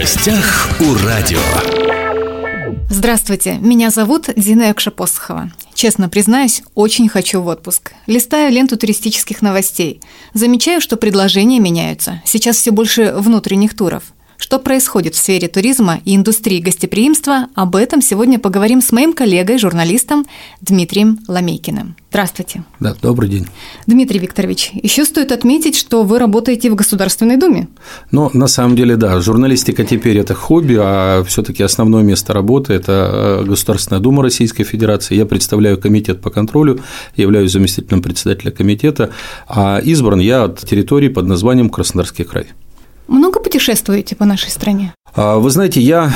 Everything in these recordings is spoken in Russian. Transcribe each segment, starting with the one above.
гостях у радио. Здравствуйте, меня зовут Дина Экша-Посохова. Честно признаюсь, очень хочу в отпуск. Листаю ленту туристических новостей. Замечаю, что предложения меняются. Сейчас все больше внутренних туров. Что происходит в сфере туризма и индустрии гостеприимства, об этом сегодня поговорим с моим коллегой, журналистом Дмитрием Ломейкиным. Здравствуйте. Да, добрый день. Дмитрий Викторович, еще стоит отметить, что вы работаете в Государственной Думе. Ну, на самом деле, да, журналистика теперь это хобби, а все-таки основное место работы – это Государственная Дума Российской Федерации. Я представляю комитет по контролю, являюсь заместителем председателя комитета, а избран я от территории под названием Краснодарский край. Много путешествуете по нашей стране? Вы знаете, я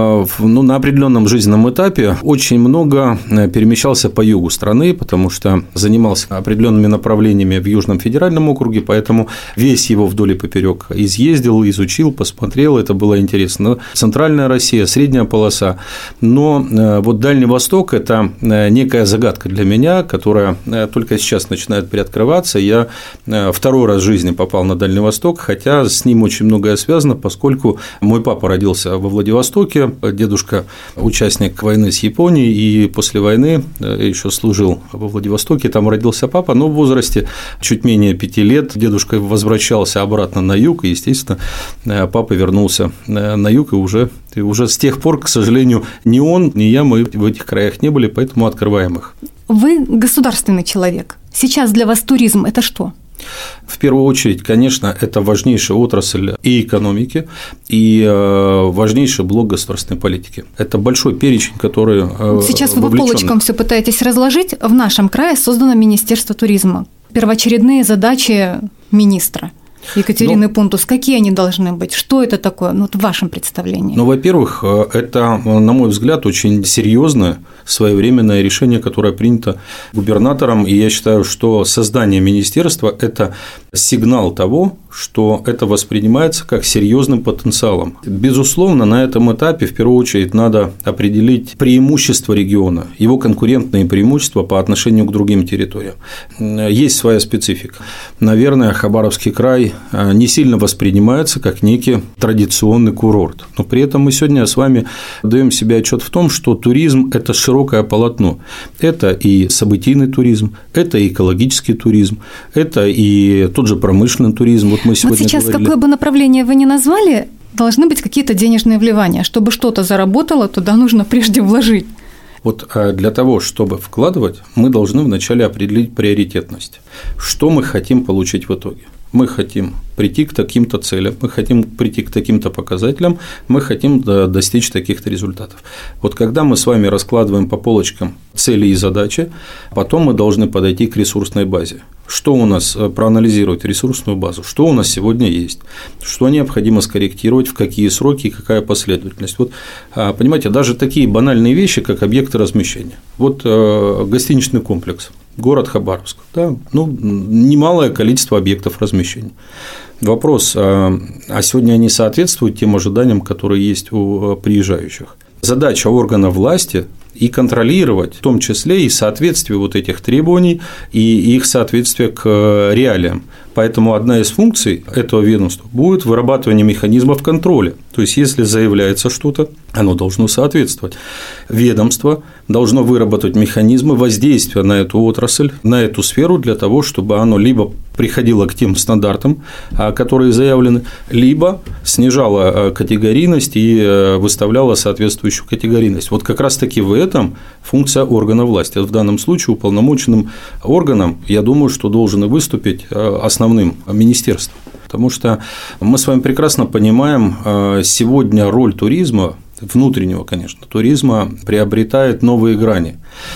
на определенном жизненном этапе очень много перемещался по югу страны, потому что занимался определенными направлениями в Южном федеральном округе, поэтому весь его вдоль и поперек изъездил, изучил, посмотрел, это было интересно. Центральная Россия, средняя полоса, но вот Дальний Восток – это некая загадка для меня, которая только сейчас начинает приоткрываться. Я второй раз в жизни попал на Дальний Восток, хотя с ним очень многое связано, поскольку мой папа родился во Владивостоке, дедушка участник войны с Японией, и после войны еще служил во Владивостоке, там родился папа, но в возрасте чуть менее 5 лет дедушка возвращался обратно на юг, и, естественно, папа вернулся на юг, и уже с тех пор, к сожалению, ни он, ни я, мы в этих краях не были, поэтому открываем их. Вы государственный человек. Сейчас для вас туризм – это что? В первую очередь, конечно, это важнейшая отрасль и экономики, и важнейший блок государственной политики. Это большой перечень, который Сейчас вы по полочкам все пытаетесь разложить. В нашем крае создано Министерство туризма. Первоочередные задачи министра Екатерины Пунтус, какие они должны быть? Что это такое, в вашем представлении? Во-первых, это, на мой взгляд, очень серьезное своевременное решение, которое принято губернатором, и я считаю, что создание министерства – это сигнал того, что это воспринимается как серьезным потенциалом. Безусловно, на этом этапе в первую очередь надо определить преимущества региона, его конкурентные преимущества по отношению к другим территориям. Есть своя специфика. Наверное, Хабаровский край не сильно воспринимается как некий традиционный курорт, но при этом мы сегодня с вами даем себе отчет в том, что туризм – это широкое полотно. Это и событийный туризм, это и экологический туризм, это и тот же промышленный туризм. Вот сейчас говорили. Какое бы направление вы ни назвали, должны быть какие-то денежные вливания. Чтобы что-то заработало, туда нужно прежде вложить. Вот для того, чтобы вкладывать, мы должны вначале определить приоритетность. Что мы хотим получить в итоге? Мы хотим прийти к таким-то целям, мы хотим прийти к таким-то показателям, мы хотим достичь таких-то результатов. Вот когда мы с вами раскладываем по полочкам цели и задачи, потом мы должны подойти к ресурсной базе. Что у нас, проанализировать ресурсную базу, что у нас сегодня есть, что необходимо скорректировать, в какие сроки и какая последовательность. Вот, понимаете, даже такие банальные вещи, как объекты размещения. Вот гостиничный комплекс. Город Хабаровск, да, немалое количество объектов размещения. Вопрос, а сегодня они соответствуют тем ожиданиям, которые есть у приезжающих? Задача органа власти и контролировать, в том числе и соответствие вот этих требований и их соответствие к реалиям. Поэтому одна из функций этого ведомства будет вырабатывание механизмов контроля. То есть, если заявляется что-то, оно должно соответствовать. Ведомство должно выработать механизмы воздействия на эту отрасль, на эту сферу для того, чтобы оно либо приходило к тем стандартам, которые заявлены, либо снижало категорийность и выставляло соответствующую категорийность. Вот как раз-таки в этом функция органа власти. В данном случае уполномоченным органом, я думаю, что должен и выступить основным министерством. Потому что мы с вами прекрасно понимаем, сегодня роль туризма, внутреннего, конечно, туризма приобретает новые грани.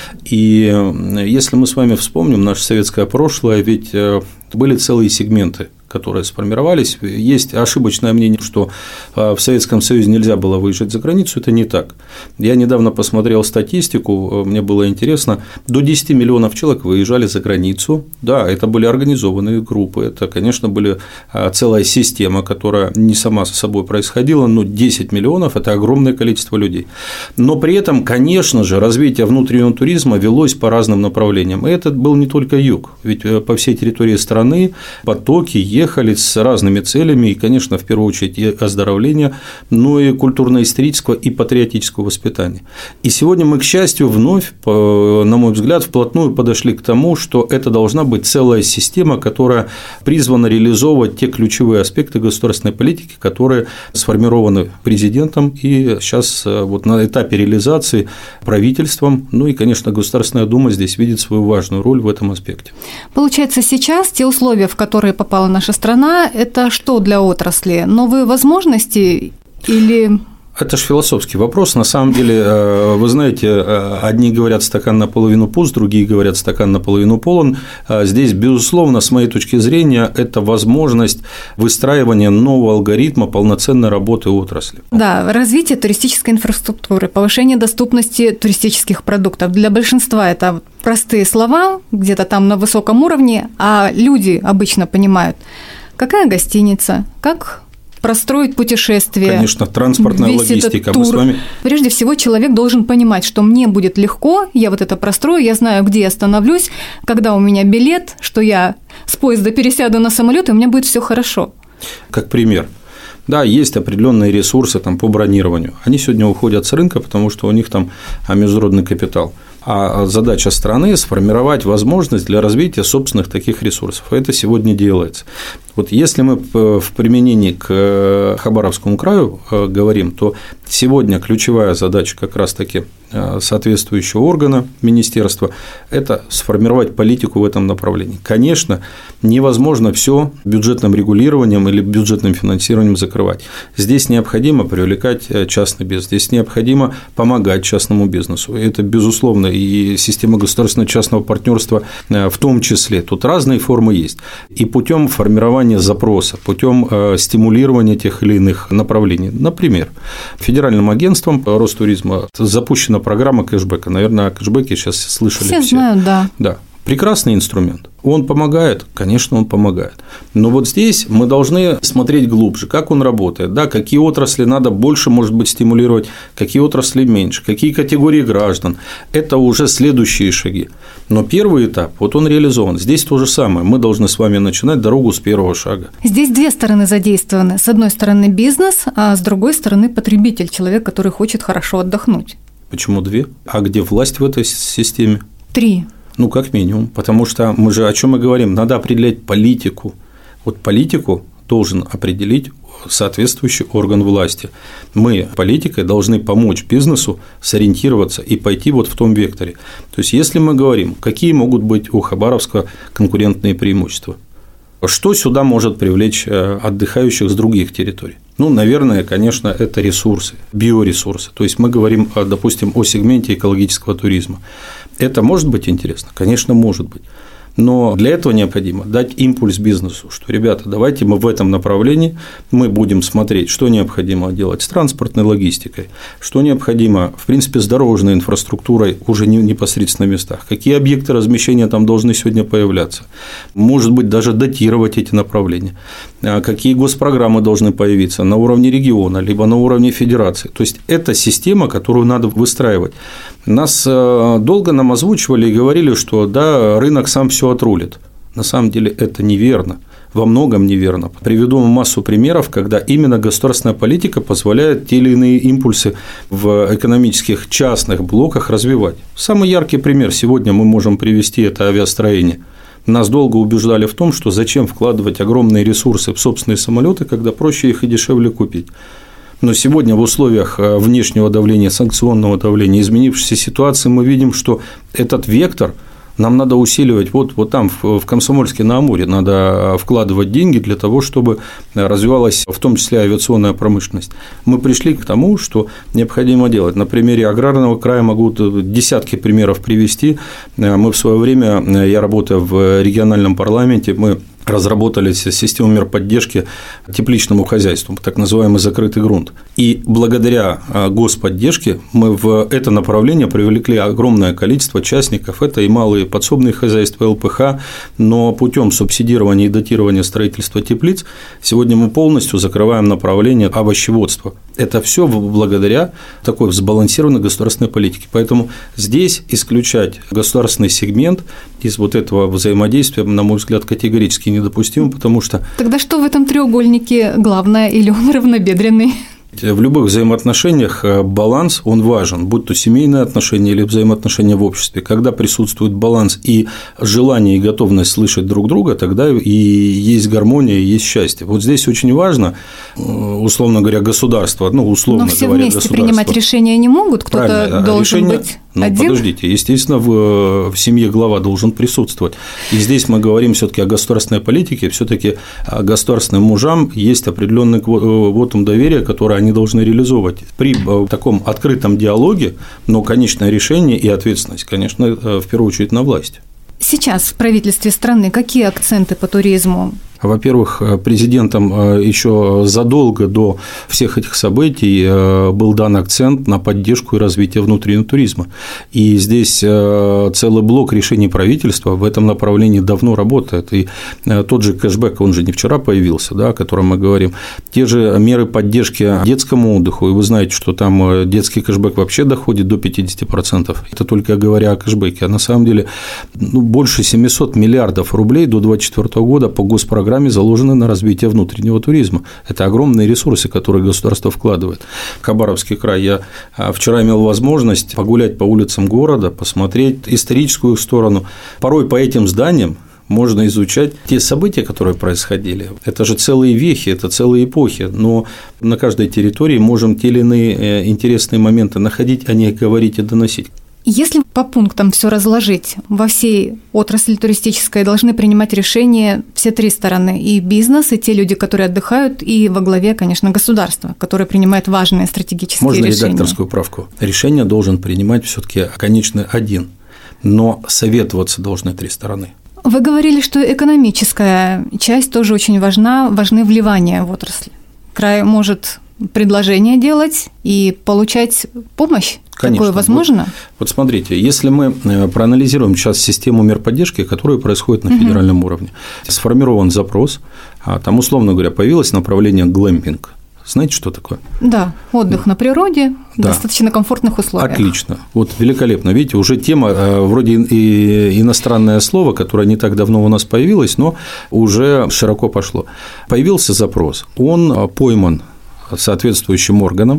И если мы с вами вспомним наше советское прошлое, ведь были целые сегменты, которые сформировались. Есть ошибочное мнение, что в Советском Союзе нельзя было выезжать за границу. Это не так. Я недавно посмотрел статистику, мне было интересно, до 10 миллионов человек выезжали за границу. Да, это были организованные группы, это, конечно, были целая система, которая не сама со собой происходила, но 10 миллионов – это огромное количество людей. Но при этом, конечно же, развитие внутреннего туризма велось по разным направлениям. И это был не только юг, ведь по всей территории страны потоки ехали приехали с разными целями, и, конечно, в первую очередь и оздоровления, но и культурно-исторического и патриотического воспитания. И сегодня мы, к счастью, вновь, на мой взгляд, вплотную подошли к тому, что это должна быть целая система, которая призвана реализовывать те ключевые аспекты государственной политики, которые сформированы президентом и сейчас вот на этапе реализации правительством, ну и, конечно, Государственная Дума здесь видит свою важную роль в этом аспекте. Получается, сейчас те условия, в которые попала наша страна, это что для отрасли? Новые возможности или… Это же философский вопрос. На самом деле, вы знаете, одни говорят стакан наполовину пуст, другие говорят стакан наполовину полон. Здесь, безусловно, с моей точки зрения, это возможность выстраивания нового алгоритма полноценной работы отрасли. Да, развитие туристической инфраструктуры, повышение доступности туристических продуктов. Для большинства это простые слова, где-то там на высоком уровне, а люди обычно понимают, какая гостиница, как простроить путешествие. Конечно, транспортная логистика. Мы с вами… Прежде всего, человек должен понимать, что мне будет легко, я вот это прострою, я знаю, где я остановлюсь, когда у меня билет, что я с поезда пересяду на самолет, и у меня будет все хорошо. Как пример. Да, есть определенные ресурсы там, по бронированию. Они сегодня уходят с рынка, потому что у них там международный капитал. А задача страны – сформировать возможность для развития собственных таких ресурсов. Это сегодня делается. Вот если мы в применении к Хабаровскому краю говорим, то сегодня ключевая задача как раз-таки соответствующего органа министерства – это сформировать политику в этом направлении. Конечно, невозможно все бюджетным регулированием или бюджетным финансированием закрывать. Здесь необходимо привлекать частный бизнес, здесь необходимо помогать частному бизнесу. Это, безусловно, и система государственно-частного партнерства в том числе. Тут разные формы есть. И путем формирования запроса, путем стимулирования тех или иных направлений. Например, Федеральным агентством Ростуризма запущена программа кэшбэка. Наверное, о кэшбэке сейчас слышали все. Все знают, да. Да. Прекрасный инструмент. Он помогает? Конечно, он помогает. Но вот здесь мы должны смотреть глубже, как он работает, да, какие отрасли надо больше, может быть, стимулировать, какие отрасли меньше, какие категории граждан. Это уже следующие шаги. Но первый этап, вот он реализован. Здесь то же самое. Мы должны с вами начинать дорогу с первого шага. Здесь две стороны задействованы. С одной стороны бизнес, а с другой стороны потребитель, человек, который хочет хорошо отдохнуть. Почему две? А где власть в этой системе? 3. Ну, как минимум, потому что мы же о чем мы говорим? Надо определять политику. Вот политику должен определить соответствующий орган власти. Мы, политикой, должны помочь бизнесу сориентироваться и пойти вот в том векторе. То есть, если мы говорим, какие могут быть у Хабаровска конкурентные преимущества, что сюда может привлечь отдыхающих с других территорий? Ну, наверное, конечно, это ресурсы, биоресурсы. То есть, мы говорим, допустим, о сегменте экологического туризма. Это может быть интересно? Конечно, может быть. Но для этого необходимо дать импульс бизнесу, что, ребята, давайте мы в этом направлении мы будем смотреть, что необходимо делать с транспортной логистикой, что необходимо, в принципе, с дорожной инфраструктурой уже непосредственно в местах, какие объекты размещения там должны сегодня появляться, может быть, даже датировать эти направления, какие госпрограммы должны появиться на уровне региона, либо на уровне федерации. То есть, это система, которую надо выстраивать. Нас долго нам озвучивали и говорили, что да, рынок сам все отрулит. На самом деле это неверно, во многом неверно. Приведу массу примеров, когда именно государственная политика позволяет те или иные импульсы в экономических частных блоках развивать. Самый яркий пример сегодня мы можем привести – это авиастроение. Нас долго убеждали в том, что зачем вкладывать огромные ресурсы в собственные самолеты, когда проще их и дешевле купить. Но сегодня в условиях внешнего давления, санкционного давления, изменившейся ситуации мы видим, что этот вектор нам надо усиливать вот там, в Комсомольске-на-Амуре, надо вкладывать деньги для того, чтобы развивалась в том числе авиационная промышленность. Мы пришли к тому, что необходимо делать. На примере аграрного края могу десятки примеров привести. Мы в свое время, я работаю в региональном парламенте, мы разработали систему мер поддержки тепличному хозяйству, так называемый закрытый грунт. И благодаря господдержке мы в это направление привлекли огромное количество участников. Это и малые подсобные хозяйства, ЛПХ, но путем субсидирования и датирования строительства теплиц сегодня мы полностью закрываем направление овощеводства. Это все благодаря такой сбалансированной государственной политике. Поэтому здесь исключать государственный сегмент из вот этого взаимодействия, на мой взгляд, категорически недопустимо, потому что… Тогда что в этом треугольнике главное, или он равнобедренный? В любых взаимоотношениях баланс, он важен, будь то семейные отношения или взаимоотношения в обществе. Когда присутствует баланс и желание и готовность слышать друг друга, тогда и есть гармония, и есть счастье. Вот здесь очень важно, условно говоря, государство, условно Но все говоря, вместе государство. принимать решения не могут, кто-то должен быть один? Подождите, естественно, в семье глава должен присутствовать. И здесь мы говорим все-таки о государственной политике, все-таки государственным мужам есть определенный вотум доверия, который они должны реализовывать. При таком открытом диалоге, но конечное решение и ответственность, конечно, в первую очередь на власти. Сейчас в правительстве страны какие акценты по туризму? Во-первых, президентом еще задолго до всех этих событий был дан акцент на поддержку и развитие внутреннего туризма. И здесь целый блок решений правительства в этом направлении давно работает. И тот же кэшбэк, он же не вчера появился, да, о котором мы говорим. Те же меры поддержки детскому отдыху, и вы знаете, что там детский кэшбэк вообще доходит до 50%. Это только говоря о кэшбэке. А на самом деле больше 700 миллиардов рублей до 2024 года по госпрограмме заложены на развитие внутреннего туризма. Это огромные ресурсы, которые государство вкладывает. Хабаровский край. Я вчера имел возможность погулять по улицам города, посмотреть историческую сторону. Порой по этим зданиям можно изучать те события, которые происходили. Это же целые вехи, это целые эпохи, но на каждой территории можем те или иные интересные моменты находить, а не говорить и доносить. Если по пунктам все разложить, во всей отрасли туристической должны принимать решения все три стороны: и бизнес, и те люди, которые отдыхают, и во главе, конечно, государство, которое принимает важные стратегические решения. Можно редакторскую правку? Решение должен принимать все-таки конечный один, но советоваться должны три стороны. Вы говорили, что экономическая часть тоже очень важна, важны вливания в отрасль. Край может предложение делать и получать помощь? Конечно. Такое возможно? Вот смотрите, если мы проанализируем сейчас систему мер поддержки, которая происходит на федеральном уровне, сформирован запрос, там, условно говоря, появилось направление глэмпинг. Знаете, что такое? Да, отдых на природе, в достаточно комфортных условиях. Отлично, вот великолепно. Видите, уже тема, вроде и иностранное слово, которое не так давно у нас появилось, но уже широко пошло. Появился запрос, он пойман соответствующим органом,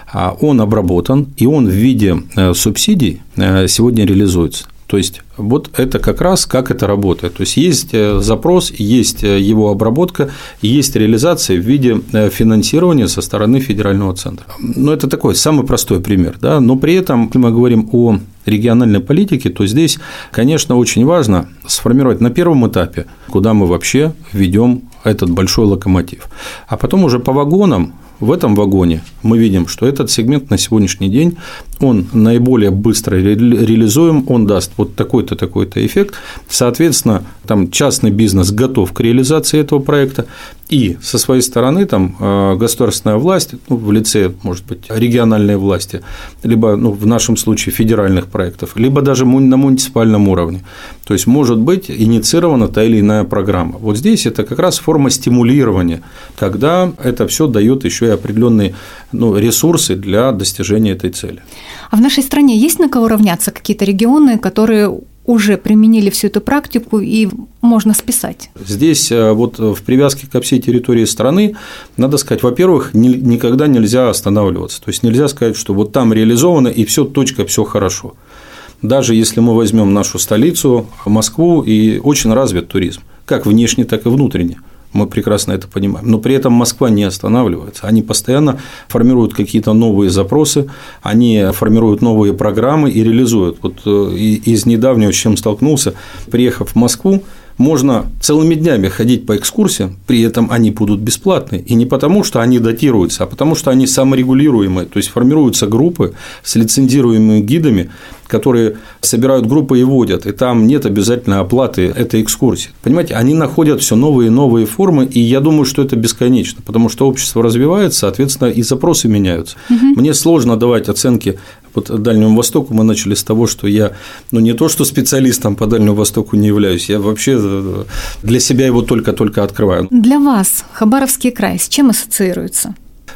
он обработан, и он в виде субсидий сегодня реализуется. То есть, вот это как раз как это работает. То есть, есть запрос, есть его обработка, есть реализация в виде финансирования со стороны федерального центра. Но это такой самый простой пример. Да? Но при этом, если мы говорим о региональной политике, то здесь, конечно, очень важно сформировать на первом этапе, куда мы вообще введем этот большой локомотив. А потом уже по вагонам. В этом вагоне мы видим, что этот сегмент на сегодняшний день, он наиболее быстро реализуем, он даст вот такой-то, такой-то эффект. Соответственно, там частный бизнес готов к реализации этого проекта, и со своей стороны там государственная власть, в лице, может быть, региональной власти, либо, в нашем случае, федеральных проектов, либо даже на муниципальном уровне. То есть, может быть инициирована та или иная программа. Вот здесь это как раз форма стимулирования, когда это все дает еще и определенные ресурсы для достижения этой цели. А в нашей стране есть на кого равняться? Какие-то регионы, которые уже применили всю эту практику и можно списать? Здесь вот в привязке ко всей территории страны, надо сказать, во-первых, никогда нельзя останавливаться. То есть, нельзя сказать, что вот там реализовано и все, точка, все хорошо. Даже если мы возьмем нашу столицу, Москву, и очень развит туризм, как внешне, так и внутренне. Мы прекрасно это понимаем. Но при этом Москва не останавливается. Они постоянно формируют какие-то новые запросы, они формируют новые программы и реализуют. Вот из недавнего, с чем столкнулся, приехав в Москву, можно целыми днями ходить по экскурсиям, при этом они будут бесплатные. И не потому, что они датируются, а потому, что они саморегулируемые. То есть, формируются группы с лицензируемыми гидами, которые собирают группы и водят, и там нет обязательно оплаты этой экскурсии. Понимаете, они находят все новые и новые формы, и я думаю, что это бесконечно, потому что общество развивается, соответственно, и запросы меняются. Мне сложно давать оценки. Вот Дальнему Востоку мы начали с того, что я, не то что специалистом по Дальнему Востоку не являюсь, я вообще для себя его только-только открываю. Для вас Хабаровский край с чем ассоциируется?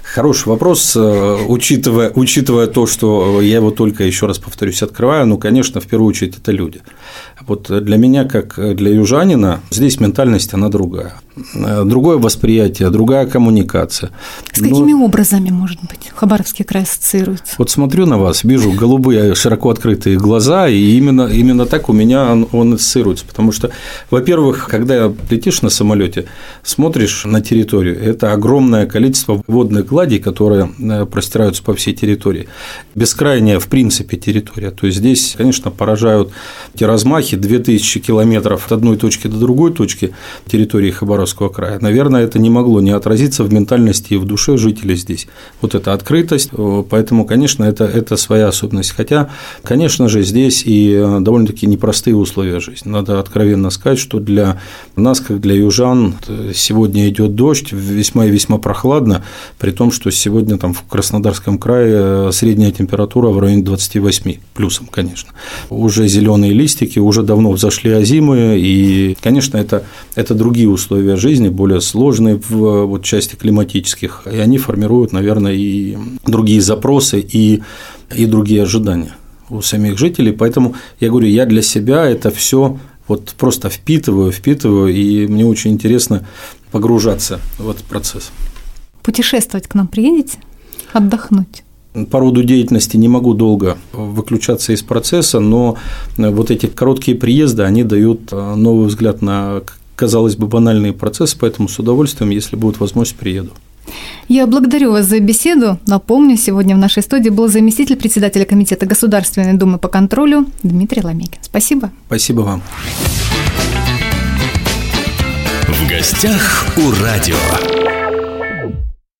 Хороший вопрос, учитывая то, что я его только, еще раз повторюсь, открываю, конечно, в первую очередь это люди. Вот для меня, как для южанина, здесь ментальность, она другая. Другое восприятие, другая коммуникация. С какими образами, может быть, Хабаровский край ассоциируется? Вот смотрю на вас, вижу голубые, широко открытые глаза, и именно так у меня он ассоциируется. Потому что, во-первых, когда летишь на самолете, смотришь на территорию, это огромное количество водных гладей, которые простираются по всей территории. Бескрайняя, в принципе, территория. То есть здесь, конечно, поражают те размахи, 2000 километров от одной точки до другой точки территории Хабаровского края. Наверное, это не могло не отразиться в ментальности и в душе жителей здесь. Вот эта открытость, поэтому, конечно, это своя особенность. Хотя, конечно же, здесь и довольно-таки непростые условия жизни. Надо откровенно сказать, что для нас, как для южан, сегодня идет дождь, весьма и весьма прохладно, при том, что сегодня там в Краснодарском крае средняя температура в районе 28 плюсом, конечно. Уже зеленые листики, уже давно взошли озимы, и, конечно, это другие условия жизни, более сложные в части климатических, и они формируют, наверное, и другие запросы, и другие ожидания у самих жителей. Поэтому я говорю, я для себя это все вот просто впитываю, и мне очень интересно погружаться в этот процесс. Путешествовать к нам приедете? Отдохнуть? По роду деятельности не могу долго выключаться из процесса, но вот эти короткие приезды, они дают новый взгляд на, казалось бы, банальные процессы, поэтому с удовольствием, если будет возможность, приеду. Я благодарю вас за беседу. Напомню, сегодня в нашей студии был заместитель председателя Комитета Государственной Думы по контролю Дмитрий Ломекин. Спасибо. Спасибо вам. В гостях у радио.